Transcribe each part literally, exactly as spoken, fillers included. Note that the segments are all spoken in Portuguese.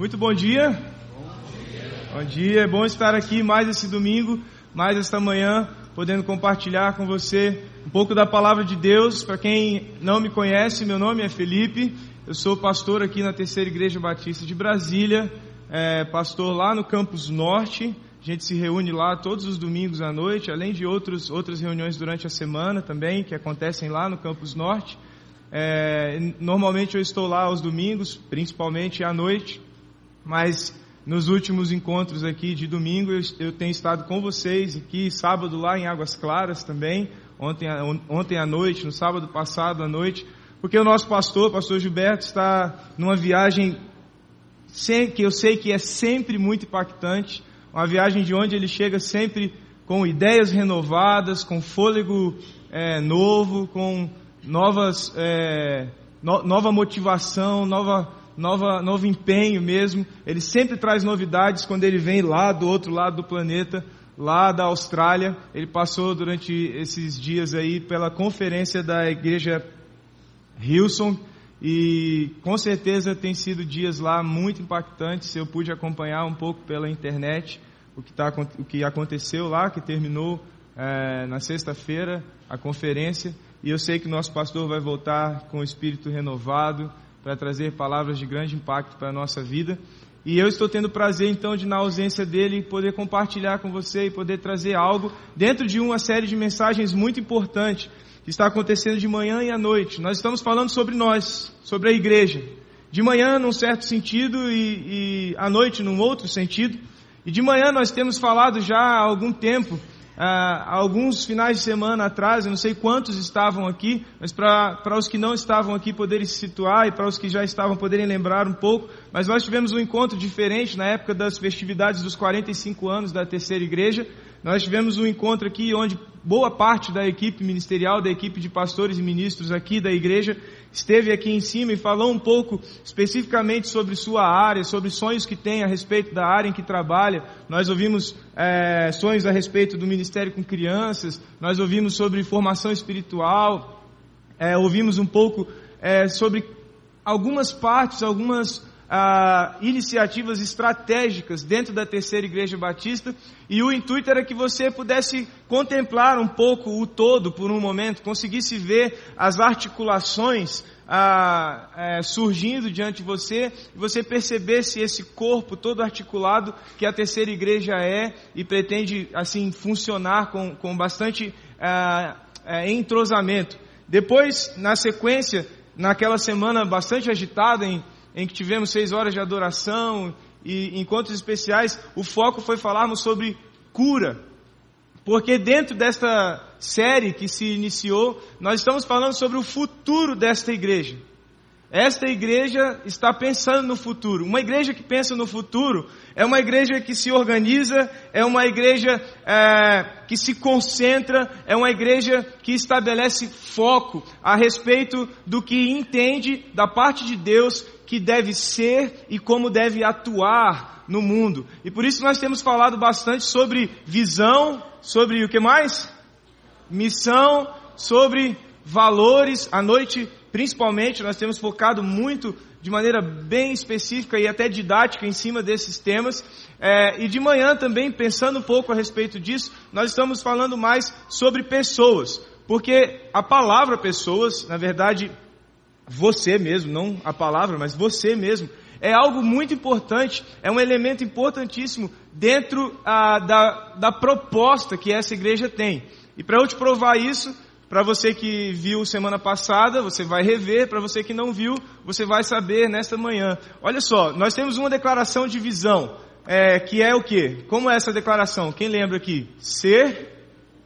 Muito bom dia. Bom dia. Bom dia. É bom estar aqui mais esse domingo, mais esta manhã, podendo compartilhar com você um pouco da palavra de Deus. Para quem não me conhece, meu nome é Felipe. Eu sou pastor aqui na Terceira Igreja Batista de Brasília, é, pastor lá no Campus Norte. A gente se reúne lá todos os domingos à noite, além de outros, outras reuniões durante a semana também, que acontecem lá no Campus Norte. É, normalmente eu estou lá aos domingos, principalmente à noite, mas nos últimos encontros aqui de domingo eu, eu tenho estado com vocês aqui, sábado lá em Águas Claras também, ontem, ontem à noite, no sábado passado à noite, porque o nosso pastor, o pastor Gilberto, está numa viagem sem, que eu sei que é sempre muito impactante, uma viagem de onde ele chega sempre com ideias renovadas, com fôlego é, novo, com novas, é, no, nova motivação, nova, nova, novo empenho mesmo. Ele sempre traz novidades quando ele vem lá do outro lado do planeta, lá da Austrália. Ele passou durante esses dias aí pela conferência da igreja Hillsong e com certeza tem sido dias lá muito impactantes. Eu pude acompanhar um pouco pela internet o que, tá, o que aconteceu lá, que terminou é, na sexta-feira a conferência. E eu sei que o nosso pastor vai voltar com o espírito renovado para trazer palavras de grande impacto para a nossa vida. E eu estou tendo o prazer, então, de, na ausência dele, poder compartilhar com você e poder trazer algo dentro de uma série de mensagens muito importantes que está acontecendo de manhã e à noite. Nós estamos falando sobre nós, sobre a igreja. De manhã, num certo sentido, e, e à noite, num outro sentido. E de manhã nós temos falado já há algum tempo, há alguns finais de semana atrás, eu não sei quantos estavam aqui, mas para para os que não estavam aqui poderem se situar e para os que já estavam poderem lembrar um pouco, mas nós tivemos um encontro diferente na época das festividades dos quarenta e cinco anos da Terceira Igreja. Nós tivemos um encontro aqui onde boa parte da equipe ministerial, da equipe de pastores e ministros aqui da igreja, esteve aqui em cima e falou um pouco especificamente sobre sua área, sobre sonhos que tem a respeito da área em que trabalha. Nós ouvimos é, sonhos a respeito do ministério com crianças, nós ouvimos sobre formação espiritual, é, ouvimos um pouco é, sobre algumas partes, algumas Ah, iniciativas estratégicas dentro da Terceira Igreja Batista, e o intuito era que você pudesse contemplar um pouco o todo por um momento, conseguisse ver as articulações ah, é, surgindo diante de você, e você percebesse esse corpo todo articulado que a Terceira Igreja é e pretende assim funcionar com, com bastante ah, é, entrosamento. Depois, na sequência, naquela semana bastante agitada em em que tivemos seis horas de adoração e encontros especiais, o foco foi falarmos sobre cura. Porque dentro desta série que se iniciou, nós estamos falando sobre o futuro desta igreja. Esta igreja está pensando no futuro. Uma igreja que pensa no futuro é uma igreja que se organiza, é uma igreja é, que se concentra, é uma igreja que estabelece foco a respeito do que entende da parte de Deus que deve ser e como deve atuar no mundo. E por isso nós temos falado bastante sobre visão, sobre o que mais? Missão, sobre valores. À noite, principalmente, nós temos focado muito, de maneira bem específica e até didática, em cima desses temas. É, e de manhã também, pensando um pouco a respeito disso, nós estamos falando mais sobre pessoas. Porque a palavra pessoas, na verdade, você mesmo, não a palavra, mas você mesmo, é algo muito importante, é um elemento importantíssimo dentro ah, da, da proposta que essa igreja tem. E para eu te provar isso, para você que viu semana passada, você vai rever. Para você que não viu, você vai saber nesta manhã. Olha só, nós temos uma declaração de visão, é, que é o quê? Como é essa declaração? Quem lembra aqui? Ser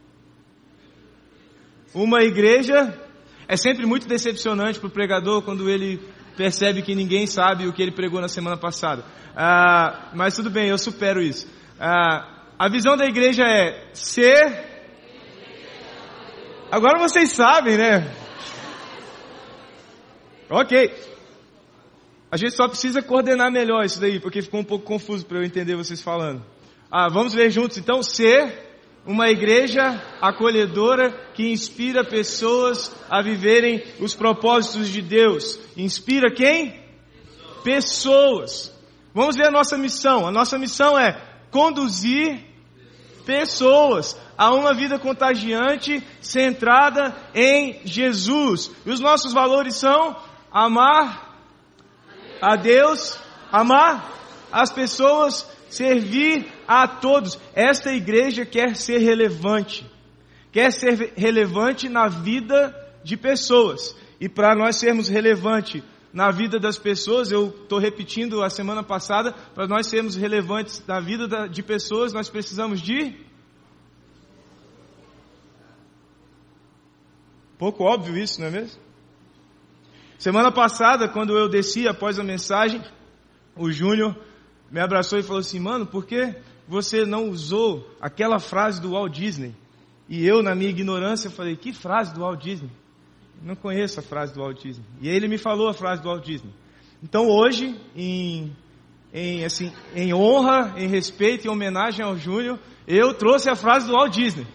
uma igreja. É sempre muito decepcionante para o pregador quando ele percebe que ninguém sabe o que ele pregou na semana passada. Ah, mas tudo bem, eu supero isso. Ah, a visão da igreja é ser... Agora vocês sabem, né? Ok. A gente só precisa coordenar melhor isso daí, porque ficou um pouco confuso para eu entender vocês falando. Ah, vamos ler juntos então. Ser uma igreja acolhedora que inspira pessoas a viverem os propósitos de Deus. Inspira quem? Pessoas. Vamos ver a nossa missão. A nossa missão é conduzir pessoas a uma vida contagiante, centrada em Jesus. E os nossos valores são amar a Deus, amar as pessoas, servir a todos. Esta igreja quer ser relevante. Quer ser relevante na vida de pessoas. E para nós sermos relevantes na vida das pessoas, eu estou repetindo a semana passada, para nós sermos relevantes na vida de pessoas, nós precisamos de... Pouco óbvio isso, não é mesmo? Semana passada, quando eu desci após a mensagem, o Júnior me abraçou e falou assim: mano, por que você não usou aquela frase do Walt Disney? E eu, na minha ignorância, falei: que frase do Walt Disney? Não conheço a frase do Walt Disney. E ele me falou a frase do Walt Disney. Então hoje, em, em, assim, em honra, em respeito e homenagem ao Júnior, eu trouxe a frase do Walt Disney.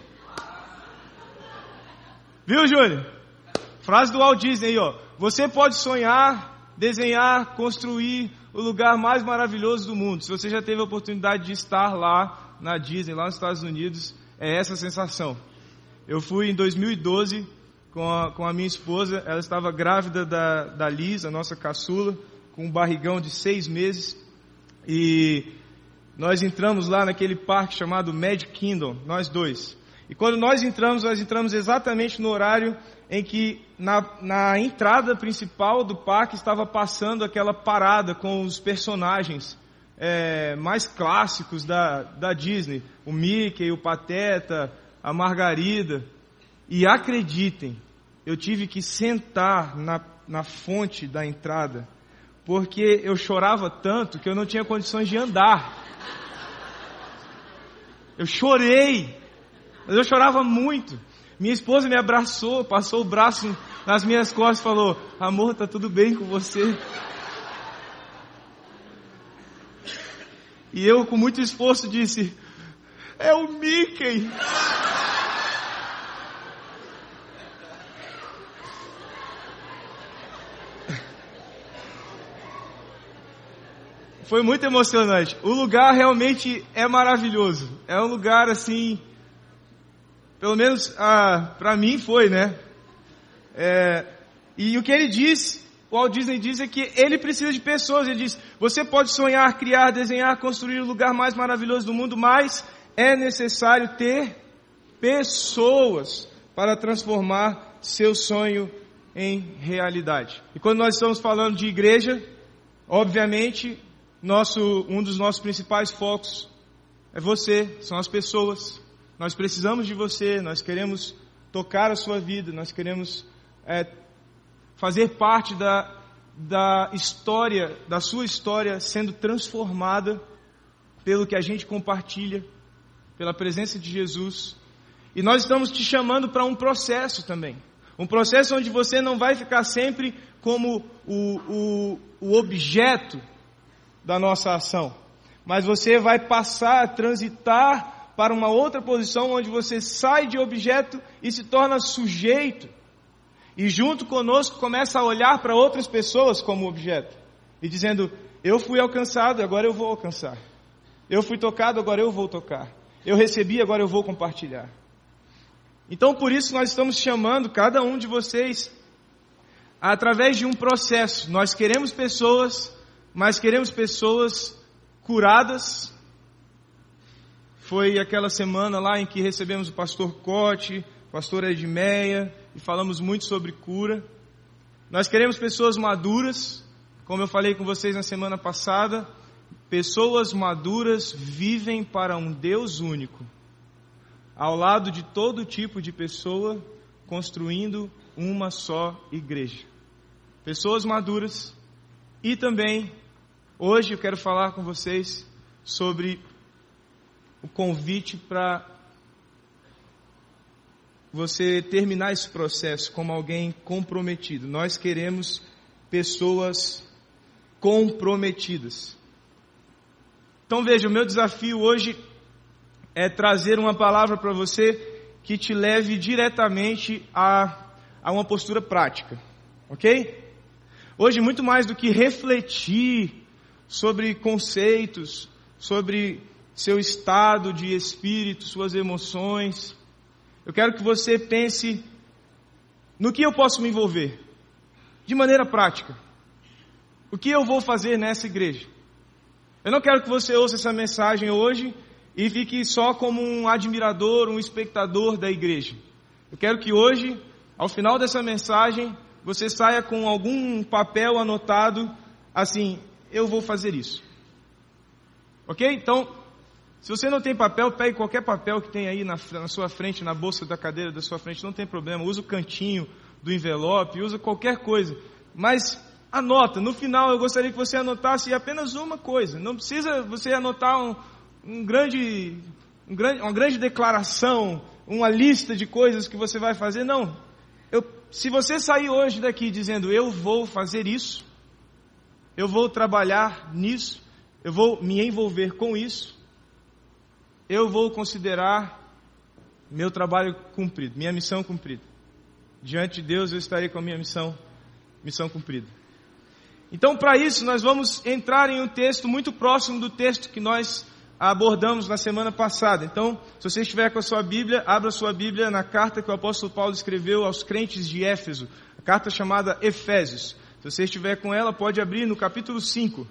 Viu, Júnior? Frase do Walt Disney aí, ó. Você pode sonhar, desenhar, construir o lugar mais maravilhoso do mundo. Se você já teve a oportunidade de estar lá na Disney, lá nos Estados Unidos, é essa a sensação. Eu fui em dois mil e doze com a, com a minha esposa. Ela estava grávida da, da Liz, a nossa caçula, com um barrigão de seis meses. E nós entramos lá naquele parque chamado Magic Kingdom, nós dois. E quando nós entramos, nós entramos exatamente no horário em que na, na entrada principal do parque estava passando aquela parada com os personagens é, mais clássicos da, da Disney. O Mickey, o Pateta, a Margarida. E acreditem, eu tive que sentar na, na fonte da entrada, porque eu chorava tanto que eu não tinha condições de andar. Eu chorei, mas eu chorava muito. Minha esposa me abraçou, passou o braço nas minhas costas e falou: amor, tá tudo bem com você? E eu, com muito esforço, disse: é o Mickey. Foi muito emocionante. O lugar realmente é maravilhoso. É um lugar assim, pelo menos ah, para mim foi, né? É, e o que ele diz, o Walt Disney diz é que ele precisa de pessoas. Ele diz: você pode sonhar, criar, desenhar, construir o lugar mais maravilhoso do mundo, mas é necessário ter pessoas para transformar seu sonho em realidade. E quando nós estamos falando de igreja, obviamente, Nosso, um dos nossos principais focos é você, são as pessoas. Nós precisamos de você, nós queremos tocar a sua vida, nós queremos é, fazer parte da, da história, da sua história sendo transformada pelo que a gente compartilha, pela presença de Jesus. E nós estamos te chamando para um processo também. Um processo onde você não vai ficar sempre como o, o, o objeto da nossa ação, mas você vai passar a transitar para uma outra posição onde você sai de objeto e se torna sujeito, e junto conosco começa a olhar para outras pessoas como objeto, e dizendo: eu fui alcançado, agora eu vou alcançar, eu fui tocado, agora eu vou tocar, eu recebi, agora eu vou compartilhar. Então por isso nós estamos chamando cada um de vocês através de um processo. Nós queremos pessoas, mas queremos pessoas curadas. Foi aquela semana lá em que recebemos o pastor Cote, o pastor Edmeia, e falamos muito sobre cura. Nós queremos pessoas maduras, como eu falei com vocês na semana passada. Pessoas maduras vivem para um Deus único, ao lado de todo tipo de pessoa, construindo uma só igreja. Pessoas maduras. E também, hoje eu quero falar com vocês sobre o convite para você terminar esse processo como alguém comprometido. Nós queremos pessoas comprometidas. Então veja, o meu desafio hoje é trazer uma palavra para você que te leve diretamente a, a uma postura prática, ok? Hoje, muito mais do que refletir sobre conceitos, sobre seu estado de espírito, suas emoções. Eu quero que você pense no que eu posso me envolver, de maneira prática. O que eu vou fazer nessa igreja? Eu não quero que você ouça essa mensagem hoje e fique só como um admirador, um espectador da igreja. Eu quero que hoje, ao final dessa mensagem, você saia com algum papel anotado, assim, eu vou fazer isso. Ok? Então, se você não tem papel, pegue qualquer papel que tem aí na, na sua frente, na bolsa da cadeira da sua frente, não tem problema. Usa o cantinho do envelope, usa qualquer coisa. Mas anota, no final eu gostaria que você anotasse apenas uma coisa. Não precisa você anotar um, um grande, um grande, uma grande declaração, uma lista de coisas que você vai fazer. Não. Eu, se você sair hoje daqui dizendo, eu vou fazer isso, eu vou trabalhar nisso, eu vou me envolver com isso, eu vou considerar meu trabalho cumprido, minha missão cumprida. Diante de Deus eu estarei com a minha missão, missão cumprida. Então, para isso, nós vamos entrar em um texto muito próximo do texto que nós abordamos na semana passada. Então, se você estiver com a sua Bíblia, abra a sua Bíblia na carta que o apóstolo Paulo escreveu aos crentes de Éfeso, a carta chamada Efésios. Se você estiver com ela, pode abrir no capítulo cinco.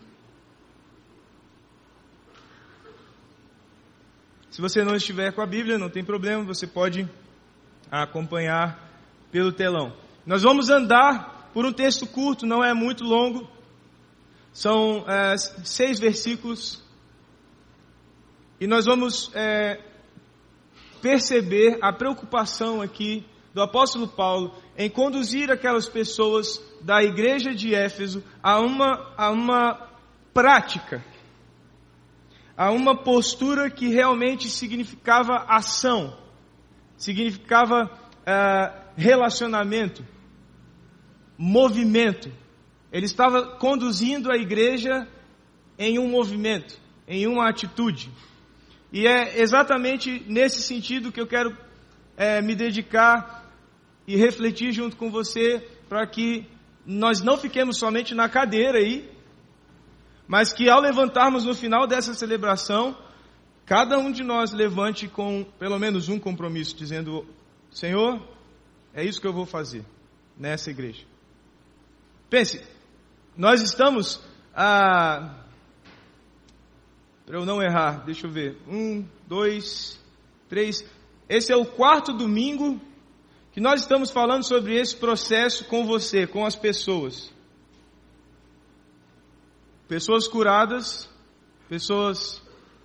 Se você não estiver com a Bíblia, não tem problema, você pode acompanhar pelo telão. Nós vamos andar por um texto curto, não é muito longo. São é, seis versículos. E nós vamos é, perceber a preocupação aqui do apóstolo Paulo em conduzir aquelas pessoas da igreja de Éfeso a uma, a uma prática, a uma postura que realmente significava ação, significava uh, relacionamento, movimento. Ele estava conduzindo a igreja em um movimento, em uma atitude. E é exatamente nesse sentido que eu quero é, me dedicar e refletir junto com você, para que nós não fiquemos somente na cadeira aí, mas que ao levantarmos no final dessa celebração, cada um de nós levante com pelo menos um compromisso, dizendo, Senhor, é isso que eu vou fazer nessa igreja. Pense, nós estamos a... Para eu não errar, deixa eu ver, um, dois, três, esse é o quarto domingo que nós estamos falando sobre esse processo com você, com as pessoas. Pessoas curadas, pessoas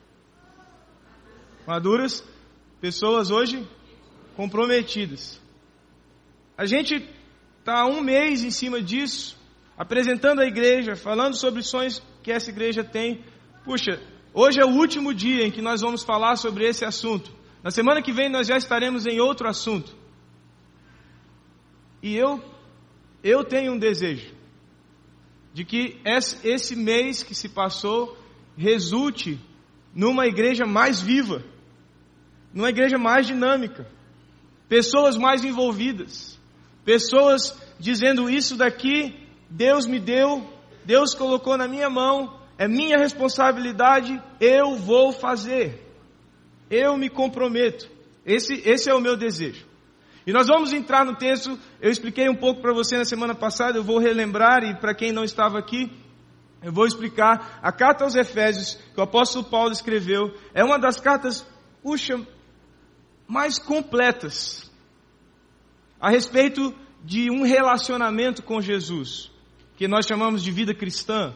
maduras, pessoas hoje comprometidas. A gente está há um mês em cima disso, apresentando a igreja, falando sobre sonhos que essa igreja tem. Puxa, hoje é o último dia em que nós vamos falar sobre esse assunto. Na semana que vem nós já estaremos em outro assunto. E eu, eu tenho um desejo de que esse mês que se passou resulte numa igreja mais viva, numa igreja mais dinâmica, pessoas mais envolvidas, pessoas dizendo isso daqui, Deus me deu, Deus colocou na minha mão, é minha responsabilidade, eu vou fazer, eu me comprometo. Esse, esse é o meu desejo. E nós vamos entrar no texto, eu expliquei um pouco para você na semana passada, eu vou relembrar, e para quem não estava aqui, eu vou explicar. A carta aos Efésios, que o apóstolo Paulo escreveu, é uma das cartas, puxa, mais completas, a respeito de um relacionamento com Jesus, que nós chamamos de vida cristã.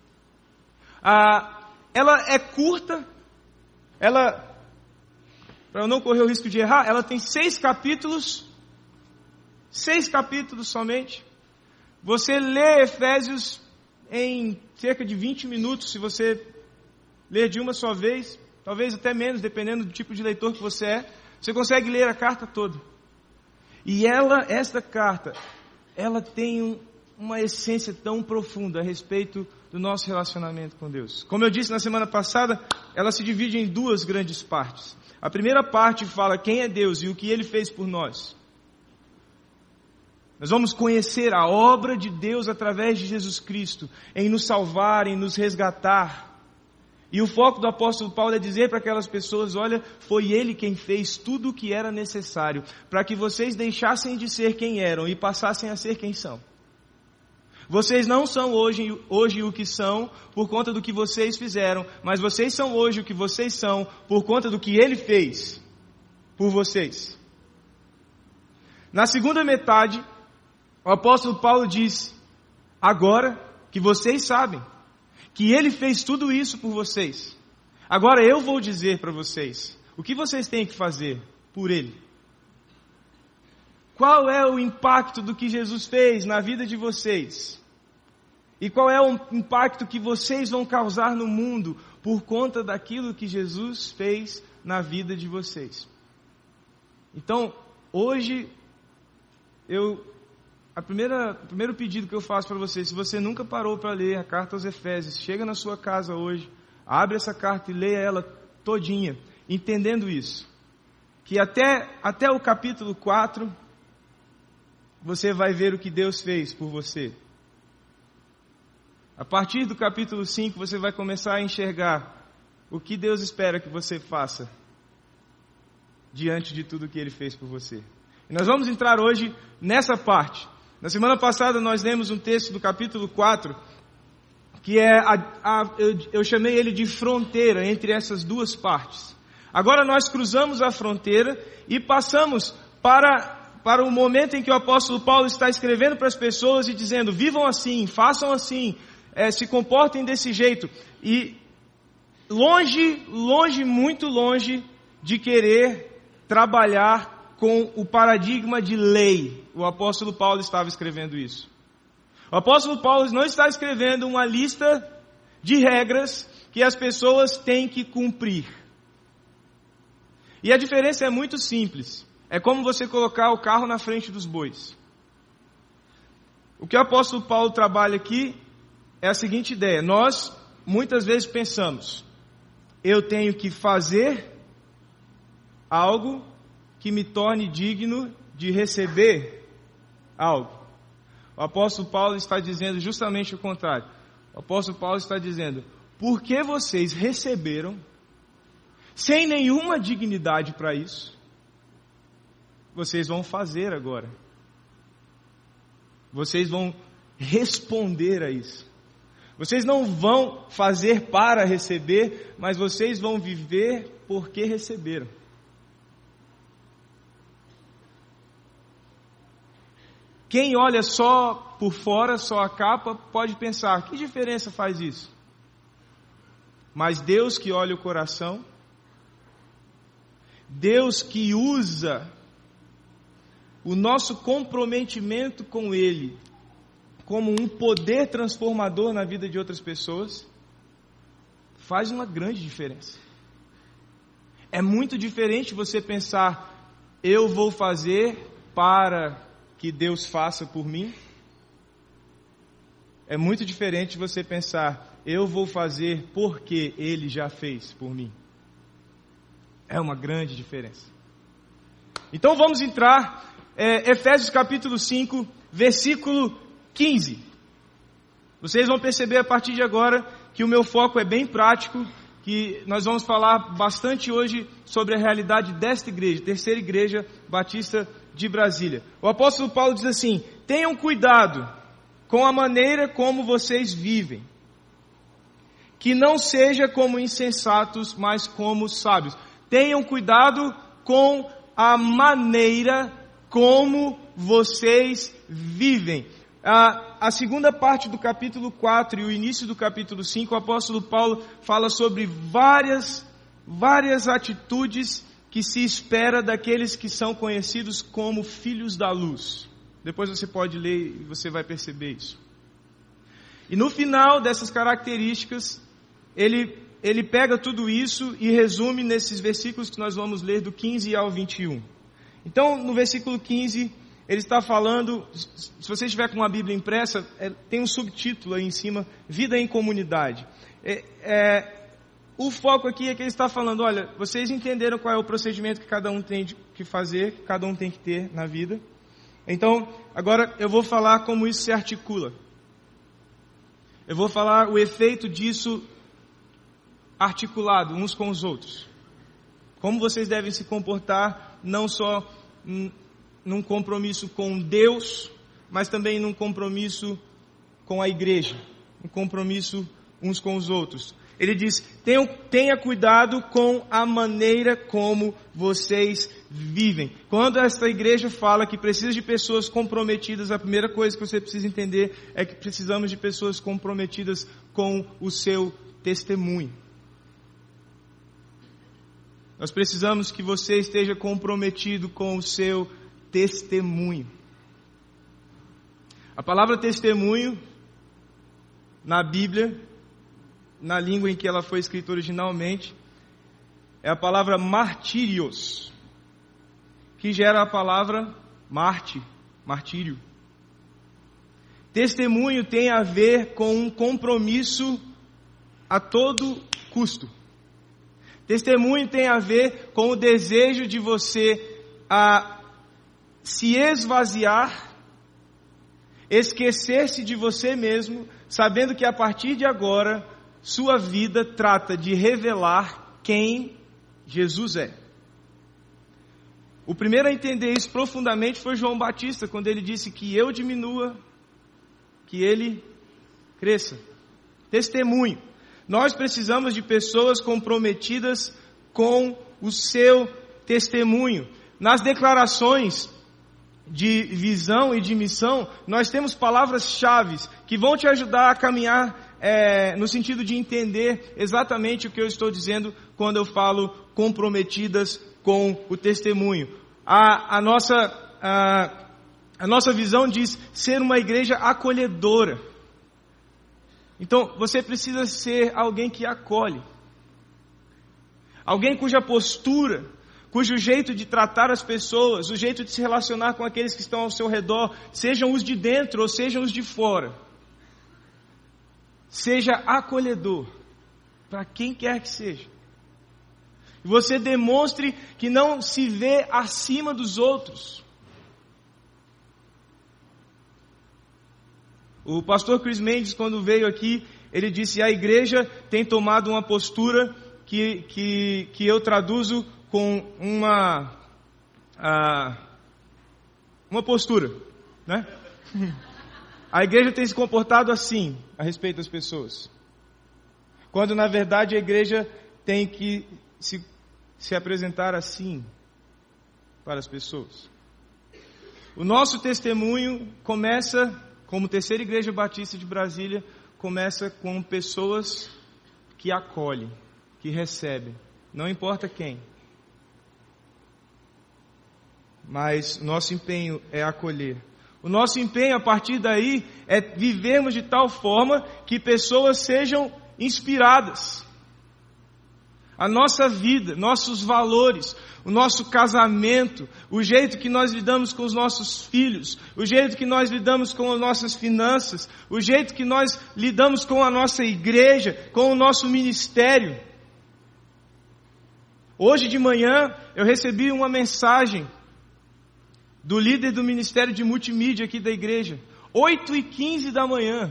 Ah, ela é curta, ela... Para eu não correr o risco de errar, ela tem seis capítulos, seis capítulos somente. Você lê Efésios em cerca de vinte minutos, se você ler de uma só vez, talvez até menos, dependendo do tipo de leitor que você é, você consegue ler a carta toda. E ela, esta carta, ela tem um, uma essência tão profunda a respeito do nosso relacionamento com Deus. Como eu disse na semana passada, ela se divide em duas grandes partes. A primeira parte fala quem é Deus e o que Ele fez por nós. Nós vamos conhecer a obra de Deus através de Jesus Cristo, em nos salvar, em nos resgatar. E o foco do apóstolo Paulo é dizer para aquelas pessoas, olha, foi Ele quem fez tudo o que era necessário, para que vocês deixassem de ser quem eram e passassem a ser quem são. Vocês não são hoje, hoje o que são por conta do que vocês fizeram, mas vocês são hoje o que vocês são por conta do que Ele fez por vocês. Na segunda metade, o apóstolo Paulo diz, agora que vocês sabem que Ele fez tudo isso por vocês, agora eu vou dizer para vocês o que vocês têm que fazer por Ele. Qual é o impacto do que Jesus fez na vida de vocês? E qual é o impacto que vocês vão causar no mundo por conta daquilo que Jesus fez na vida de vocês? Então, hoje, eu, a primeira, o primeiro pedido que eu faço para você, se você nunca parou para ler a carta aos Efésios, chega na sua casa hoje, abre essa carta e leia ela todinha, entendendo isso. Que até, até o capítulo quatro, você vai ver o que Deus fez por você. A partir do capítulo cinco, você vai começar a enxergar o que Deus espera que você faça diante de tudo que Ele fez por você. E nós vamos entrar hoje nessa parte. Na semana passada nós lemos um texto do capítulo quatro, que é, a, a, eu, eu chamei ele de fronteira entre essas duas partes. Agora nós cruzamos a fronteira e passamos para... para o momento em que o apóstolo Paulo está escrevendo para as pessoas e dizendo, vivam assim, façam assim, é, se comportem desse jeito. E longe, longe, muito longe de querer trabalhar com o paradigma de lei. O apóstolo Paulo estava escrevendo isso. O apóstolo Paulo não está escrevendo uma lista de regras que as pessoas têm que cumprir. E a diferença é muito simples. É como você colocar o carro na frente dos bois. O que o apóstolo Paulo trabalha aqui é a seguinte ideia. Nós, muitas vezes, pensamos, eu tenho que fazer algo que me torne digno de receber algo. O apóstolo Paulo está dizendo justamente o contrário. O apóstolo Paulo está dizendo, porque vocês receberam, sem nenhuma dignidade para isso, vocês vão fazer agora. Vocês vão responder a isso. Vocês não vão fazer para receber, mas vocês vão viver porque receberam. Quem olha só por fora, só a capa, pode pensar, que diferença faz isso? Mas Deus que olha o coração, Deus que usa o nosso comprometimento com Ele como um poder transformador na vida de outras pessoas, faz uma grande diferença. É muito diferente você pensar, eu vou fazer para que Deus faça por mim. É muito diferente você pensar, eu vou fazer porque Ele já fez por mim. É uma grande diferença. Então vamos entrar... É, Efésios capítulo cinco, versículo quinze. Vocês vão perceber a partir de agora que o meu foco é bem prático, que nós vamos falar bastante hoje sobre a realidade desta igreja, terceira igreja batista de Brasília. O apóstolo Paulo diz assim, tenham cuidado com a maneira como vocês vivem, que não seja como insensatos, mas como sábios. Tenham cuidado com a maneira como vocês vivem. A, a segunda parte do capítulo quatro e o início do capítulo cinco, o apóstolo Paulo fala sobre várias, várias atitudes que se espera daqueles que são conhecidos como filhos da luz. Depois você pode ler e você vai perceber isso. E no final dessas características, ele, ele pega tudo isso e resume nesses versículos que nós vamos ler do quinze ao vinte e um. Então, no versículo quinze, ele está falando, se você estiver com uma Bíblia impressa, é, tem um subtítulo aí em cima, Vida em Comunidade. É, é, o foco aqui é que ele está falando, olha, vocês entenderam qual é o procedimento que cada um tem que fazer, que cada um tem que ter na vida. Então, agora eu vou falar como isso se articula. Eu vou falar o efeito disso articulado uns com os outros. Como vocês devem se comportar, não só num compromisso com Deus, mas também num compromisso com a igreja, um compromisso uns com os outros. Ele diz, tenha, tenha cuidado com a maneira como vocês vivem. Quando esta igreja fala que precisa de pessoas comprometidas, a primeira coisa que você precisa entender é que precisamos de pessoas comprometidas com o seu testemunho. Nós precisamos que você esteja comprometido com o seu testemunho. A palavra testemunho, na Bíblia, na língua em que ela foi escrita originalmente, é a palavra martírios, que gera a palavra mártir, martírio. Testemunho tem a ver com um compromisso a todo custo. Testemunho tem a ver com o desejo de você a se esvaziar, esquecer-se de você mesmo, sabendo que a partir de agora, sua vida trata de revelar quem Jesus é. O primeiro a entender isso profundamente foi João Batista, quando ele disse que eu diminua, que ele cresça. Testemunho. Nós precisamos de pessoas comprometidas com o seu testemunho. Nas declarações de visão e de missão, nós temos palavras-chave que vão te ajudar a caminhar é, no sentido de entender exatamente o que eu estou dizendo quando eu falo comprometidas com o testemunho. A, a, nossa, a, a nossa visão diz ser uma igreja acolhedora. Então, você precisa ser alguém que acolhe. Alguém cuja postura, cujo jeito de tratar as pessoas, o jeito de se relacionar com aqueles que estão ao seu redor, sejam os de dentro ou sejam os de fora, seja acolhedor para quem quer que seja. E você demonstre que não se vê acima dos outros. O pastor Chris Mendes, quando veio aqui, ele disse: a igreja tem tomado uma postura que, que, que eu traduzo com uma, uh, uma postura, né? A igreja tem se comportado assim a respeito das pessoas, quando na verdade a igreja tem que se, se apresentar assim para as pessoas. O nosso testemunho começa, como Terceira Igreja Batista de Brasília, começa com pessoas que acolhem, que recebem, não importa quem. Mas nosso empenho é acolher. O nosso empenho a partir daí é vivermos de tal forma que pessoas sejam inspiradas. A nossa vida, nossos valores, o nosso casamento, o jeito que nós lidamos com os nossos filhos, o jeito que nós lidamos com as nossas finanças, o jeito que nós lidamos com a nossa igreja, com o nosso ministério. Hoje de manhã eu recebi uma mensagem do líder do Ministério de Multimídia aqui da igreja, oito e quinze da manhã.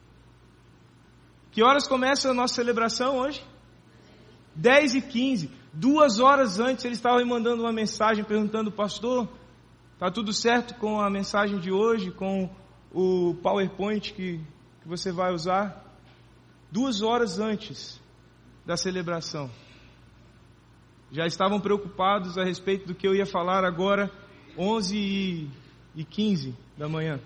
Que horas começa a nossa celebração hoje? dez e quinze. Duas horas antes ele estava me mandando uma mensagem perguntando: pastor, está tudo certo com a mensagem de hoje, com o PowerPoint que, que você vai usar? Duas horas antes da celebração. Já estavam preocupados a respeito do que eu ia falar agora, onze e quinze da manhã.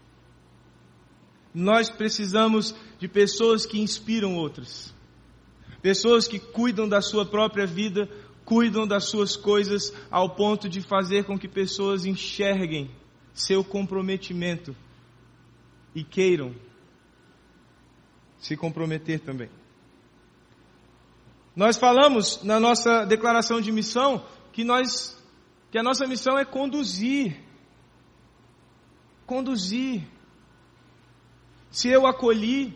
Nós precisamos de pessoas que inspiram outras. Pessoas que cuidam da sua própria vida, cuidam das suas coisas, ao ponto de fazer com que pessoas enxerguem seu comprometimento e queiram se comprometer também. Nós falamos na nossa declaração de missão que nós que a nossa missão é conduzir. Conduzir. Se eu acolhi,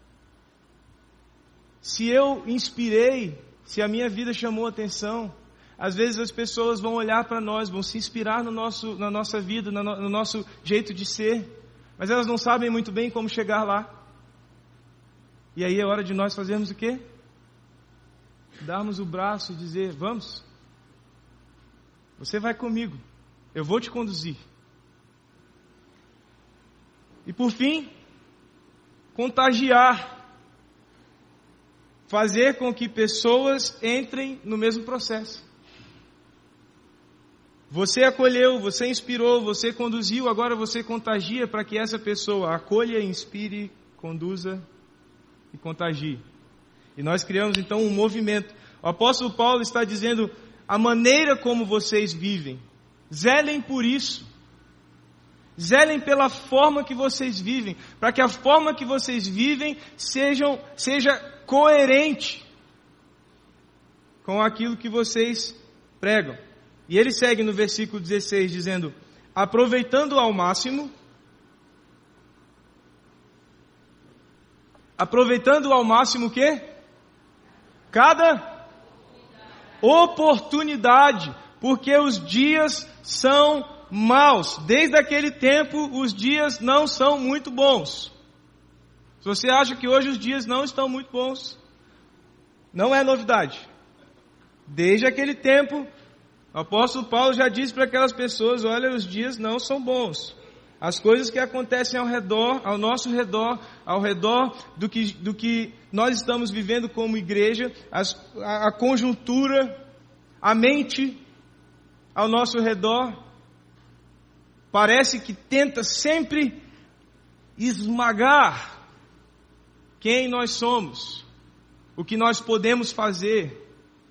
se eu inspirei, se a minha vida chamou atenção, às vezes as pessoas vão olhar para nós, vão se inspirar no nosso, na nossa vida, no, no nosso jeito de ser, mas elas não sabem muito bem como chegar lá. E aí é hora de nós fazermos o quê? Darmos o braço e dizer, vamos, você vai comigo, eu vou te conduzir. E por fim, contagiar. Fazer com que pessoas entrem no mesmo processo. Você acolheu, você inspirou, você conduziu, agora você contagia para que essa pessoa acolha, inspire, conduza e contagie. E nós criamos então um movimento. O apóstolo Paulo está dizendo, a maneira como vocês vivem, zelem por isso. Zelem pela forma que vocês vivem, para que a forma que vocês vivem sejam, seja coerente com aquilo que vocês pregam. E ele segue no versículo dezesseis dizendo, aproveitando ao máximo, aproveitando ao máximo o quê? Cada oportunidade, porque os dias são maus. Desde aquele tempo, os dias não são muito bons. Se você acha que hoje os dias não estão muito bons, não é novidade. Desde aquele tempo, o apóstolo Paulo já disse para aquelas pessoas, olha, os dias não são bons. As coisas que acontecem ao redor, ao nosso redor, ao redor do que, do que nós estamos vivendo como igreja, as, a, a conjuntura, a mente ao nosso redor, parece que tenta sempre esmagar quem nós somos, o que nós podemos fazer,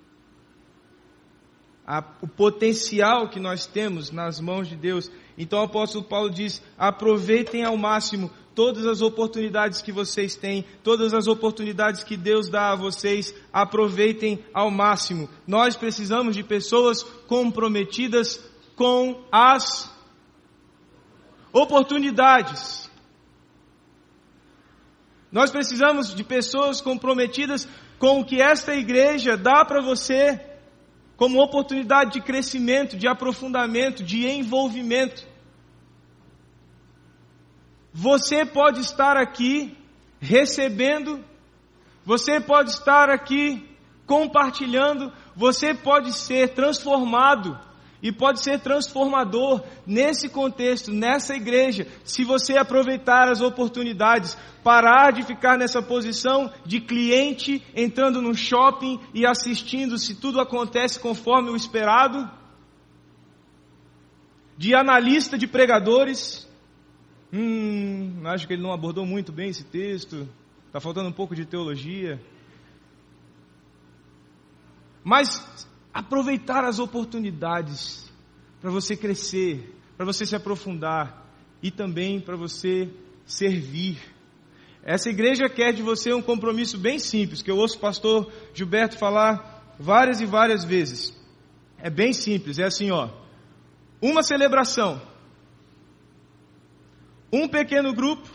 a, o potencial que nós temos nas mãos de Deus. Então o apóstolo Paulo diz, aproveitem ao máximo todas as oportunidades que vocês têm, todas as oportunidades que Deus dá a vocês, aproveitem ao máximo. Nós precisamos de pessoas comprometidas com as oportunidades. Nós precisamos de pessoas comprometidas com o que esta igreja dá para você como oportunidade de crescimento, de aprofundamento, de envolvimento. Você pode estar aqui recebendo, você pode estar aqui compartilhando, você pode ser transformado e pode ser transformador nesse contexto, nessa igreja, se você aproveitar as oportunidades, parar de ficar nessa posição de cliente entrando no shopping e assistindo se tudo acontece conforme o esperado, de analista de pregadores. Hum, acho que ele não abordou muito bem esse texto, está faltando um pouco de teologia. Mas aproveitar as oportunidades para você crescer, para você se aprofundar e também para você servir. Essa igreja quer de você um compromisso bem simples, que eu ouço o pastor Gilberto falar várias e várias vezes. É bem simples, é assim, ó. Uma celebração, um pequeno grupo,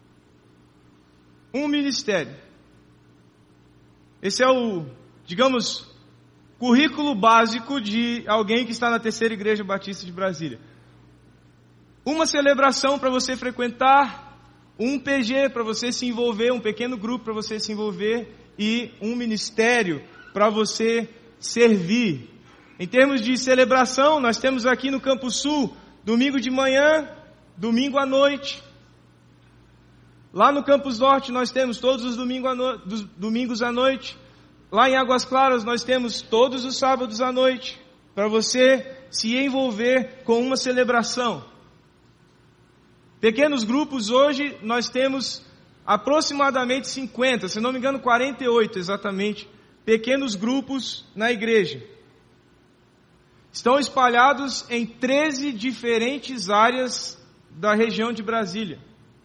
um ministério. Esse é o, digamos, currículo básico de alguém que está na Terceira Igreja Batista de Brasília. Uma celebração para você frequentar, um P G para você se envolver, um pequeno grupo para você se envolver e um ministério para você servir. Em termos de celebração, nós temos aqui no Campus Sul, domingo de manhã, domingo à noite. Lá no Campus Norte nós temos todos os domingo à no... domingos à noite. Lá em Águas Claras nós temos todos os sábados à noite, para você se envolver com uma celebração. Pequenos grupos, hoje nós temos aproximadamente cinquenta, se não me engano quarenta e oito exatamente, pequenos grupos na igreja. Estão espalhados em treze diferentes áreas da região de Brasília.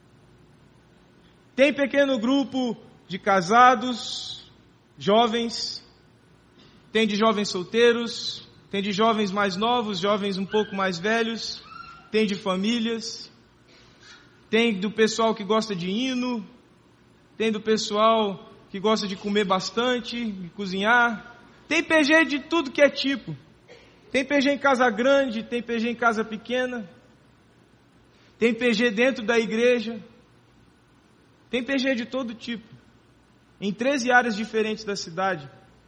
Tem pequeno grupo de casados, jovens, tem de jovens solteiros, tem de jovens mais novos, jovens um pouco mais velhos, tem de famílias, tem do pessoal que gosta de hino, tem do pessoal que gosta de comer bastante, de cozinhar, tem P G de tudo que é tipo. Tem P G em casa grande, tem P G em casa pequena, tem P G dentro da igreja, tem P G de todo tipo, em treze áreas diferentes da cidade.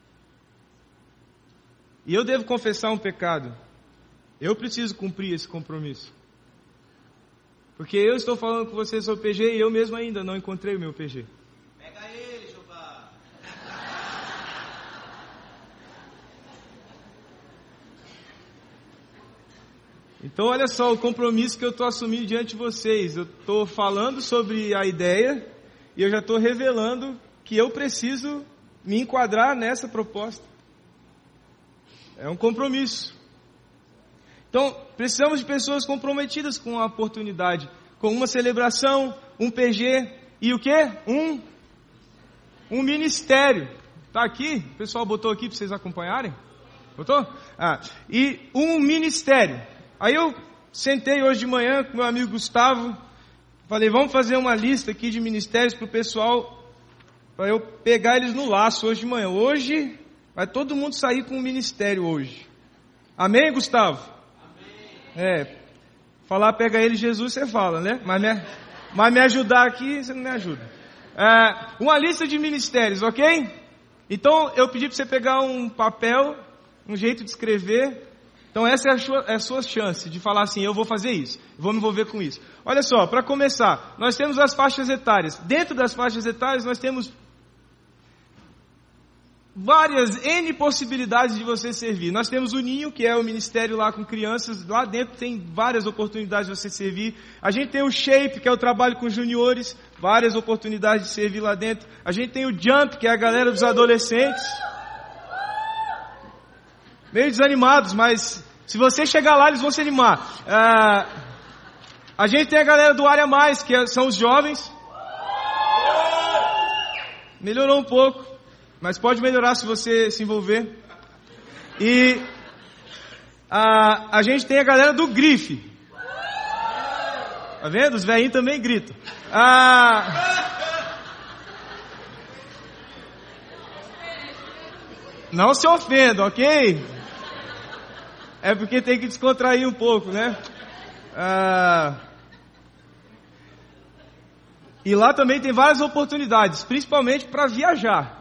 E eu devo confessar um pecado. Eu preciso cumprir esse compromisso. Porque eu estou falando com você sobre P G e eu mesmo ainda não encontrei o meu P G. Pega ele, Jubá. Então olha só o compromisso que eu estou assumindo diante de vocês. Eu estou falando sobre a ideia e eu já estou revelando que eu preciso me enquadrar nessa proposta. É um compromisso. Então, precisamos de pessoas comprometidas com a oportunidade, com uma celebração, um P G e o quê? Um, um ministério. Está aqui? O pessoal botou aqui para vocês acompanharem? Botou? Ah, e um ministério. Aí eu sentei hoje de manhã com meu amigo Gustavo, falei, vamos fazer uma lista aqui de ministérios para o pessoal, para eu pegar eles no laço hoje de manhã. Hoje, vai todo mundo sair com um ministério hoje. Amém, Gustavo? É, falar pega ele Jesus, você fala, né? Mas me, mas me ajudar aqui, você não me ajuda. É, uma lista de ministérios, ok? Então, eu pedi para você pegar um papel, um jeito de escrever. Então, essa é a, sua, é a sua chance de falar assim, eu vou fazer isso, vou me envolver com isso. Olha só, para começar, nós temos as faixas etárias. Dentro das faixas etárias, nós temos várias N possibilidades de você servir. Nós temos o Ninho, que é o ministério lá com crianças. Lá dentro tem várias oportunidades de você servir. A gente tem o Shape, que é o trabalho com juniores. Várias oportunidades de servir lá dentro. A gente tem o Jump, que é a galera dos adolescentes. Meio desanimados, mas se você chegar lá, eles vão se animar. Ah, a gente tem a galera do Área Mais, que são os jovens. Melhorou um pouco. Mas pode melhorar se você se envolver. E a, a gente tem a galera do Grife. Tá vendo? Os velhinhos também gritam. Ah, não se ofenda, ok? É porque tem que descontrair um pouco, né? Ah, e lá também tem várias oportunidades, principalmente para viajar.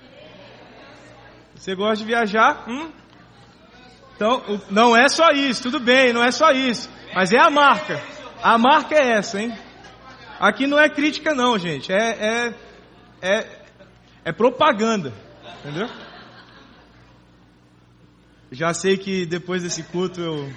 Você gosta de viajar? Hum? Então, não é só isso, tudo bem, não é só isso. Mas é a marca. A marca é essa, hein? Aqui não é crítica não, gente. É, é, é, é propaganda. Entendeu? Já sei que depois desse culto eu...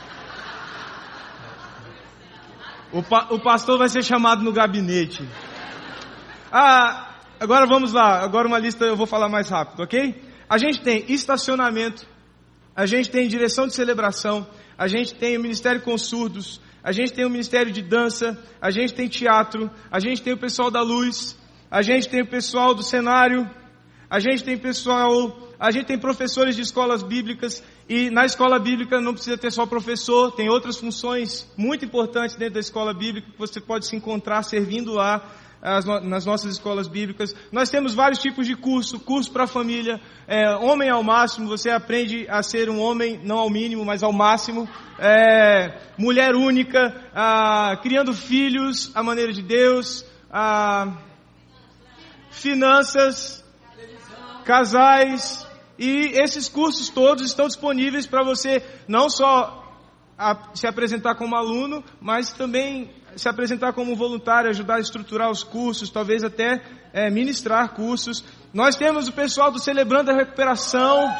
O, pa, o pastor vai ser chamado no gabinete. Ah, agora vamos lá. Agora uma lista eu vou falar mais rápido, ok? A gente tem estacionamento, a gente tem direção de celebração, a gente tem o Ministério com Surdos, a gente tem o Ministério de Dança, a gente tem teatro, a gente tem o pessoal da luz, a gente tem o pessoal do cenário, a gente tem pessoal, a gente tem professores de escolas bíblicas, e na escola bíblica não precisa ter só professor, tem outras funções muito importantes dentro da escola bíblica que você pode se encontrar servindo lá, As no, nas nossas escolas bíblicas. Nós temos vários tipos de curso, curso para a família, é, homem ao máximo, você aprende a ser um homem, não ao mínimo, mas ao máximo, é, mulher única, a, criando filhos, à maneira de Deus, a, finanças, casais, e esses cursos todos estão disponíveis para você não só a, se apresentar como aluno, mas também se apresentar como voluntário, ajudar a estruturar os cursos, talvez até é, ministrar cursos. Nós temos o pessoal do Celebrando a Recuperação,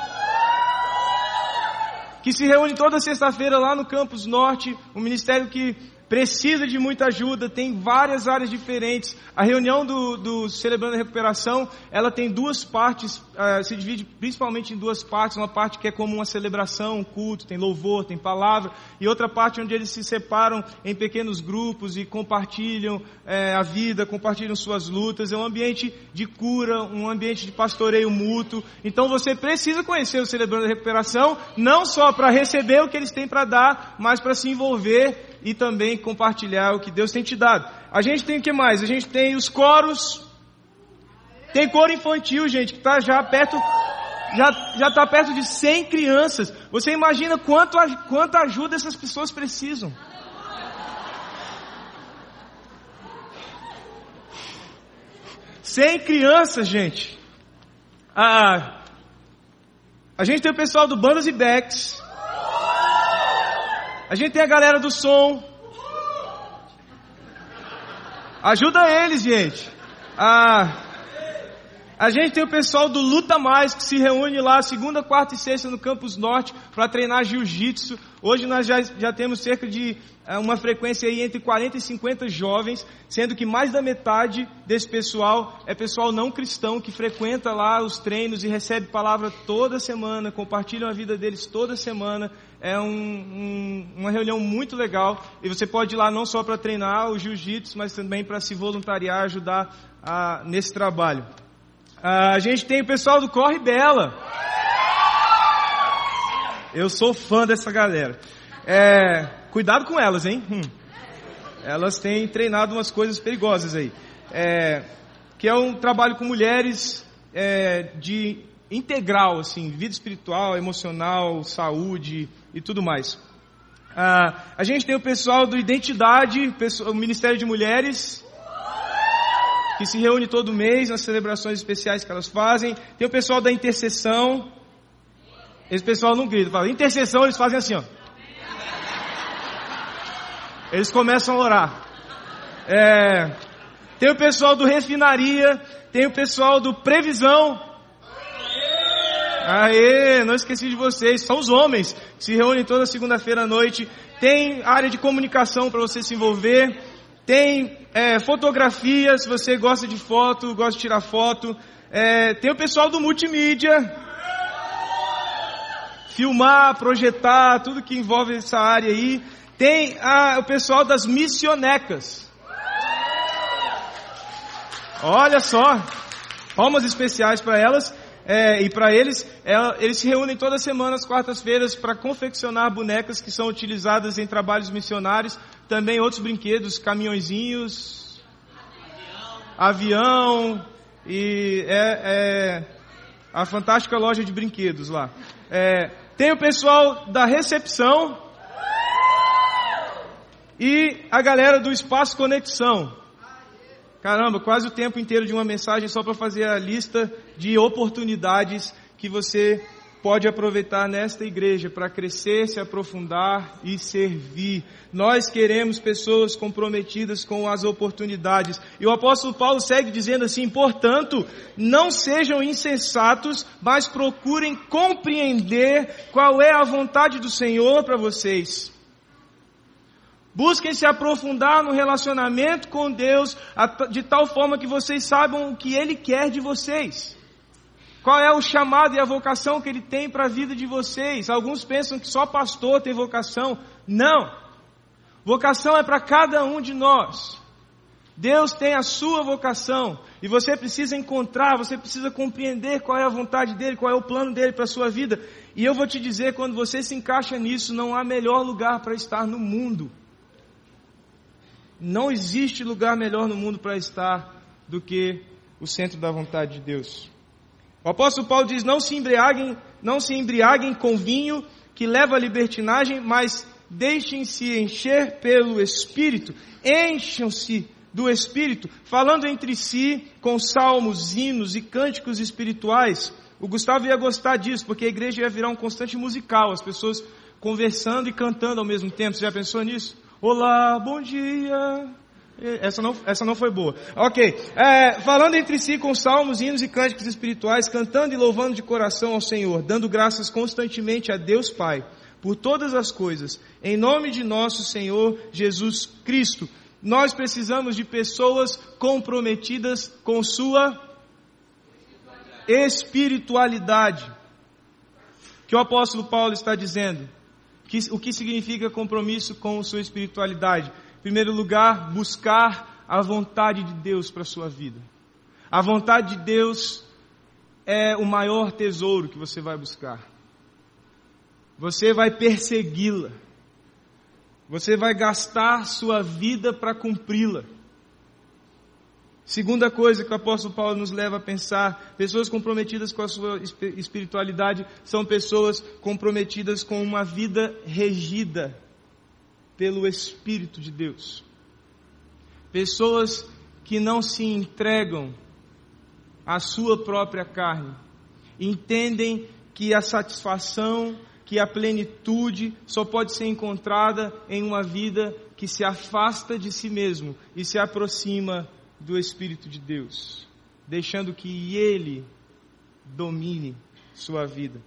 que se reúne toda sexta-feira lá no Campus Norte, um ministério que precisa de muita ajuda, tem várias áreas diferentes. A reunião do, do Celebrando a Recuperação, ela tem duas partes, uh, se divide principalmente em duas partes. Uma parte que é como uma celebração, um culto, tem louvor, tem palavra, e outra parte onde eles se separam em pequenos grupos e compartilham eh, a vida, compartilham suas lutas. É um ambiente de cura, um ambiente de pastoreio mútuo. Então você precisa conhecer o Celebrando a Recuperação, não só para receber o que eles têm para dar, mas para se envolver e também compartilhar o que Deus tem te dado. A gente tem o que mais? A gente tem os coros. Tem coro infantil, gente, que está já perto, já já está perto de cem crianças. Você imagina quanto, quanta ajuda essas pessoas precisam. cem crianças, gente. Ah, a gente tem o pessoal do Bandas e Backs. A gente tem a galera do som. Ajuda eles, gente. Ah, a gente tem o pessoal do Luta Mais, que se reúne lá segunda, quarta e sexta no Campus Norte para treinar jiu-jitsu. Hoje nós já, já temos cerca de uh, uma frequência aí entre quarenta e cinquenta jovens, sendo que mais da metade desse pessoal é pessoal não cristão que frequenta lá os treinos e recebe palavra toda semana, compartilham a vida deles toda semana. É um, um, uma reunião muito legal e você pode ir lá não só para treinar o jiu-jitsu, mas também para se voluntariar, ajudar a, nesse trabalho. A gente tem o pessoal do Corre Bela. Eu sou fã dessa galera. É, cuidado com elas, hein? Hum. Elas têm treinado umas coisas perigosas aí. É, que é um trabalho com mulheres é, de integral, assim, vida espiritual, emocional, saúde e tudo mais. Ah, a gente tem o pessoal do Identidade, o Ministério de Mulheres, que se reúne todo mês nas celebrações especiais que elas fazem. Tem o pessoal da Intercessão. Esse pessoal não grita, fala, intercessão, eles fazem assim, ó. Eles começam a orar. É, tem o pessoal do Refinaria, tem o pessoal do Previsão. Aê, não esqueci de vocês, são os homens que se reúnem toda segunda-feira à noite. Tem área de comunicação para você se envolver. Tem é, fotografia, se você gosta de foto, gosta de tirar foto. É, tem o pessoal do multimídia. Filmar, projetar, tudo que envolve essa área aí. Tem a, o pessoal das missionecas. Olha só, palmas especiais para elas é, e para eles. É, eles se reúnem toda semana às quartas-feiras para confeccionar bonecas que são utilizadas em trabalhos missionários. Também outros brinquedos, caminhõezinhos, avião, avião e é, é a fantástica loja de brinquedos lá. É, tem o pessoal da recepção e a galera do Espaço Conexão. Caramba, quase o tempo inteiro de uma mensagem só para fazer a lista de oportunidades que você pode aproveitar nesta igreja para crescer, se aprofundar e servir. Nós queremos pessoas comprometidas com as oportunidades. E o apóstolo Paulo segue dizendo assim, portanto, não sejam insensatos, mas procurem compreender qual é a vontade do Senhor para vocês. Busquem se aprofundar no relacionamento com Deus, de tal forma que vocês saibam o que Ele quer de vocês. Qual é o chamado e a vocação que Ele tem para a vida de vocês? Alguns pensam que só pastor tem vocação. Não. Vocação é para cada um de nós. Deus tem a sua vocação. E você precisa encontrar, você precisa compreender qual é a vontade dEle, qual é o plano dEle para a sua vida. E eu vou te dizer, quando você se encaixa nisso, não há melhor lugar para estar no mundo. Não existe lugar melhor no mundo para estar do que o centro da vontade de Deus. O apóstolo Paulo diz, não se embriaguem, não se embriaguem com vinho que leva à libertinagem, mas deixem-se encher pelo Espírito, encham-se do Espírito, falando entre si com salmos, hinos e cânticos espirituais. O Gustavo ia gostar disso, porque a igreja ia virar um constante musical, as pessoas conversando e cantando ao mesmo tempo. Você já pensou nisso? Olá, bom dia. Essa não, essa não foi boa. Ok. É, falando entre si com salmos, hinos e cânticos espirituais, cantando e louvando de coração ao Senhor, dando graças constantemente a Deus Pai, por todas as coisas, em nome de nosso Senhor Jesus Cristo. Nós precisamos de pessoas comprometidas com sua espiritualidade. Que o apóstolo Paulo está dizendo? Que, o que significa compromisso com sua espiritualidade? Em primeiro lugar, buscar a vontade de Deus para a sua vida. A vontade de Deus é o maior tesouro que você vai buscar. Você vai persegui-la. Você vai gastar sua vida para cumpri-la. Segunda coisa que o apóstolo Paulo nos leva a pensar, pessoas comprometidas com a sua espiritualidade são pessoas comprometidas com uma vida regida pelo Espírito de Deus. Pessoas que não se entregam à sua própria carne, entendem que a satisfação, que a plenitude só pode ser encontrada em uma vida que se afasta de si mesmo e se aproxima do Espírito de Deus, deixando que Ele domine sua vida.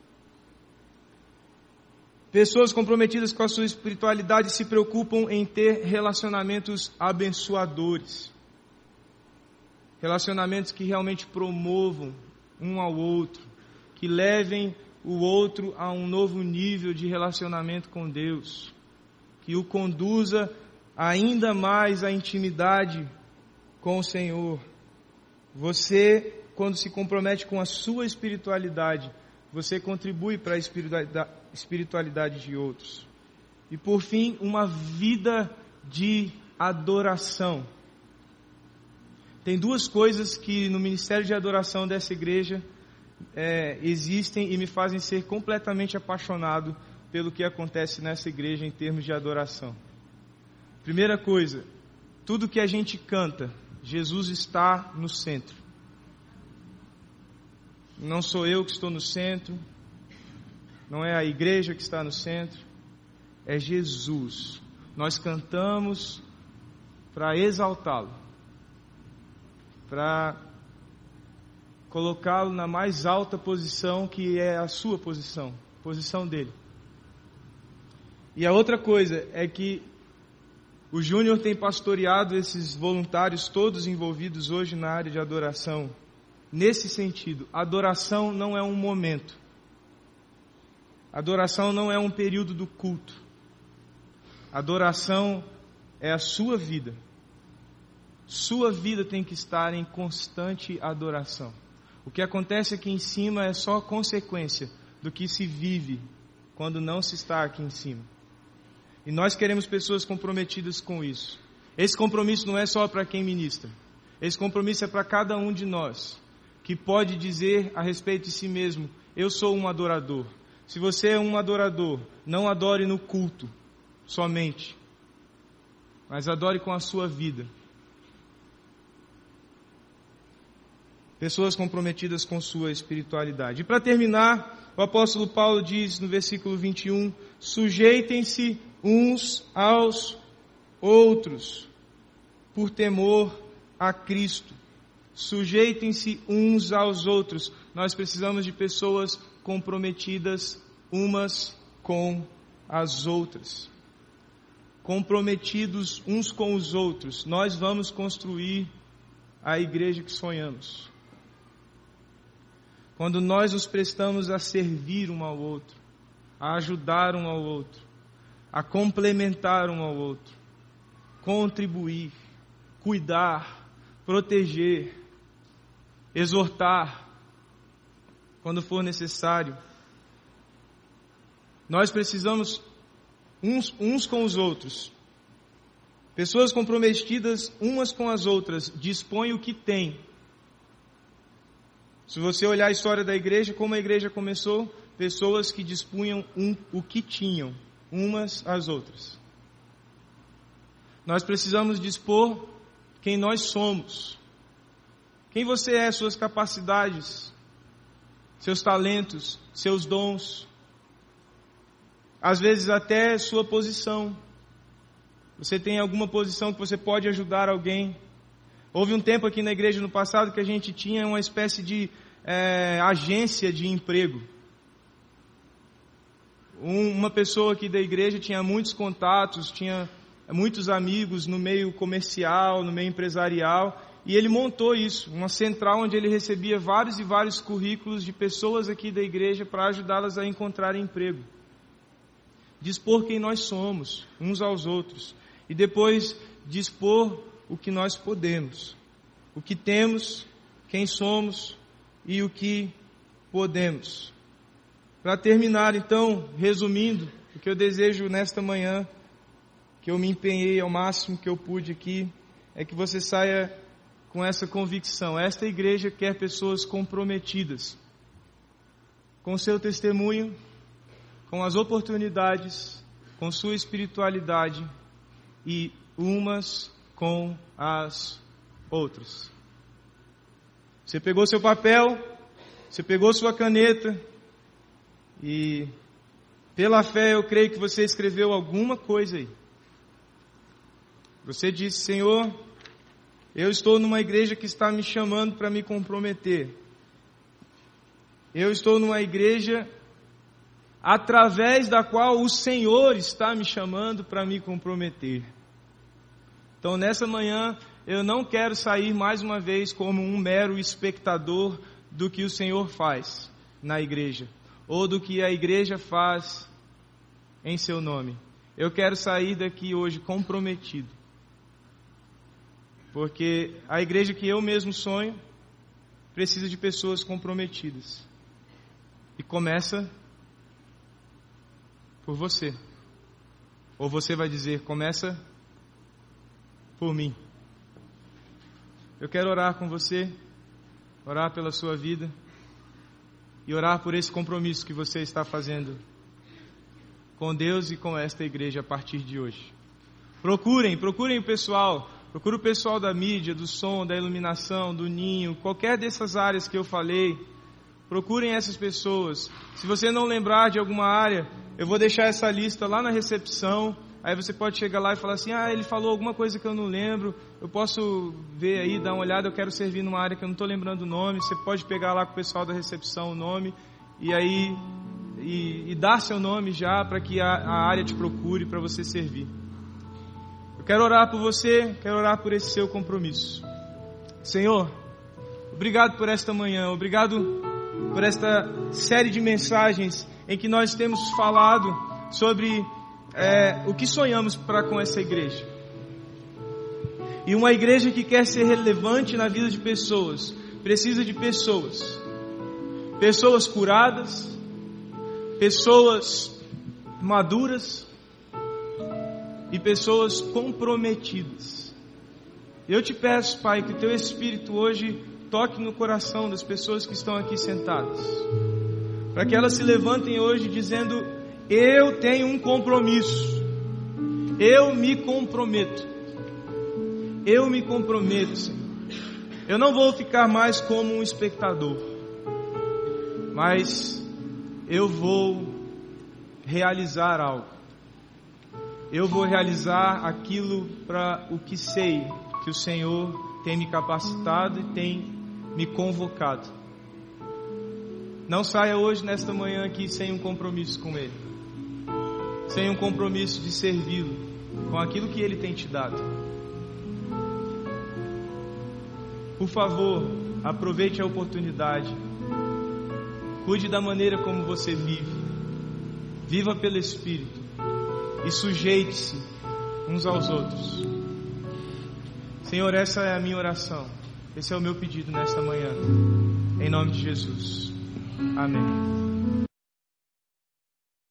Pessoas comprometidas com a sua espiritualidade se preocupam em ter relacionamentos abençoadores, relacionamentos que realmente promovam um ao outro, que levem o outro a um novo nível de relacionamento com Deus, que o conduza ainda mais à intimidade com o Senhor. Você, quando se compromete com a sua espiritualidade, você contribui para a espiritualidade de outros. E por fim, uma vida de adoração. Tem duas coisas que no ministério de adoração dessa igreja é, existem e me fazem ser completamente apaixonado pelo que acontece nessa igreja em termos de adoração. Primeira coisa, tudo que a gente canta, Jesus está no centro. Não sou eu que estou no centro, não é a igreja que está no centro, é Jesus. Nós cantamos para exaltá-lo, para colocá-lo na mais alta posição, que é a sua posição, posição dele. E a outra coisa é que o Júnior tem pastoreado esses voluntários todos envolvidos hoje na área de adoração. Nesse sentido, adoração não é um momento. Adoração não é um período do culto. Adoração é a sua vida. Sua vida tem que estar em constante adoração. O que acontece aqui em cima é só consequência do que se vive quando não se está aqui em cima. E nós queremos pessoas comprometidas com isso. Esse compromisso não é só para quem ministra. Esse compromisso é para cada um de nós, que pode dizer a respeito de si mesmo: eu sou um adorador. Se você é um adorador, não adore no culto somente, mas adore com a sua vida. Pessoas comprometidas com sua espiritualidade. E para terminar, o apóstolo Paulo diz no versículo vinte e um: sujeitem-se uns aos outros, por temor a Cristo. Sujeitem-se uns aos outros. Nós precisamos de pessoas comprometidas umas com as outras. Comprometidos uns com os outros, nós vamos construir a igreja que sonhamos. Quando nós nos prestamos a servir um ao outro, a ajudar um ao outro, a complementar um ao outro, contribuir, cuidar, proteger, exortar, quando for necessário. Nós precisamos uns, uns com os outros. Pessoas comprometidas umas com as outras, dispõem o que têm. Se você olhar a história da igreja, como a igreja começou, pessoas que dispunham um, o que tinham, umas às outras. Nós precisamos dispor quem nós somos. Quem você é, suas capacidades, seus talentos, seus dons. Às vezes até sua posição. Você tem alguma posição que você pode ajudar alguém. Houve um tempo aqui na igreja no passado que a gente tinha uma espécie de é, agência de emprego. Um, uma pessoa aqui da igreja tinha muitos contatos, tinha muitos amigos no meio comercial, no meio empresarial, e ele montou isso, uma central onde ele recebia vários e vários currículos de pessoas aqui da igreja para ajudá-las a encontrar emprego. Dispor quem nós somos, uns aos outros, e depois dispor o que nós podemos, o que temos, quem somos e o que podemos. Para terminar, então, resumindo, o que eu desejo nesta manhã, que eu me empenhei ao máximo que eu pude aqui, é que você saia com essa convicção. Esta igreja quer pessoas comprometidas com seu testemunho, com as oportunidades, com sua espiritualidade e umas com as outras. Você pegou seu papel, você pegou sua caneta e, pela fé, eu creio que você escreveu alguma coisa aí. Você disse: Senhor, eu estou numa igreja que está me chamando para me comprometer. Eu estou numa igreja através da qual o Senhor está me chamando para me comprometer. Então, nessa manhã, eu não quero sair mais uma vez como um mero espectador do que o Senhor faz na igreja, ou do que a igreja faz em seu nome. Eu quero sair daqui hoje comprometido, porque a igreja que eu mesmo sonho precisa de pessoas comprometidas. E começa por você. Ou você vai dizer: começa por mim. Eu quero orar com você, orar pela sua vida e orar por esse compromisso que você está fazendo com Deus e com esta igreja a partir de hoje. Procurem, procurem o pessoal, procure o pessoal da mídia, do som, da iluminação, do ninho, qualquer dessas áreas que eu falei. Procurem essas pessoas. Se você não lembrar de alguma área, eu vou deixar essa lista lá na recepção. Aí você pode chegar lá e falar assim: ah, ele falou alguma coisa que eu não lembro, eu posso ver aí, dar uma olhada, eu quero servir numa área que eu não estou lembrando o nome. Você pode pegar lá com o pessoal da recepção o nome, e aí e, e dar seu nome já para que a, a área te procure para você servir. Eu quero orar por você, quero orar por esse seu compromisso. Senhor, obrigado por esta manhã, obrigado por esta série de mensagens em que nós temos falado sobre É, o que sonhamos para com essa igreja. E uma igreja que quer ser relevante na vida de pessoas precisa de pessoas, pessoas curadas, pessoas maduras e pessoas comprometidas. Eu te peço, Pai, que o teu Espírito hoje toque no coração das pessoas que estão aqui sentadas, para que elas se levantem hoje dizendo: eu tenho um compromisso. Eu me comprometo. Eu me comprometo, Senhor. Eu não vou ficar mais como um espectador, mas eu vou realizar algo. Eu vou realizar aquilo para o que sei que o Senhor tem me capacitado e tem me convocado. Não saia hoje, nesta manhã aqui, sem um compromisso com Ele, sem um compromisso de servi-lo com aquilo que Ele tem te dado. Por favor, aproveite a oportunidade. Cuide da maneira como você vive. Viva pelo Espírito e sujeite-se uns aos outros. Senhor, essa é a minha oração. Esse é o meu pedido nesta manhã. Em nome de Jesus. Amém.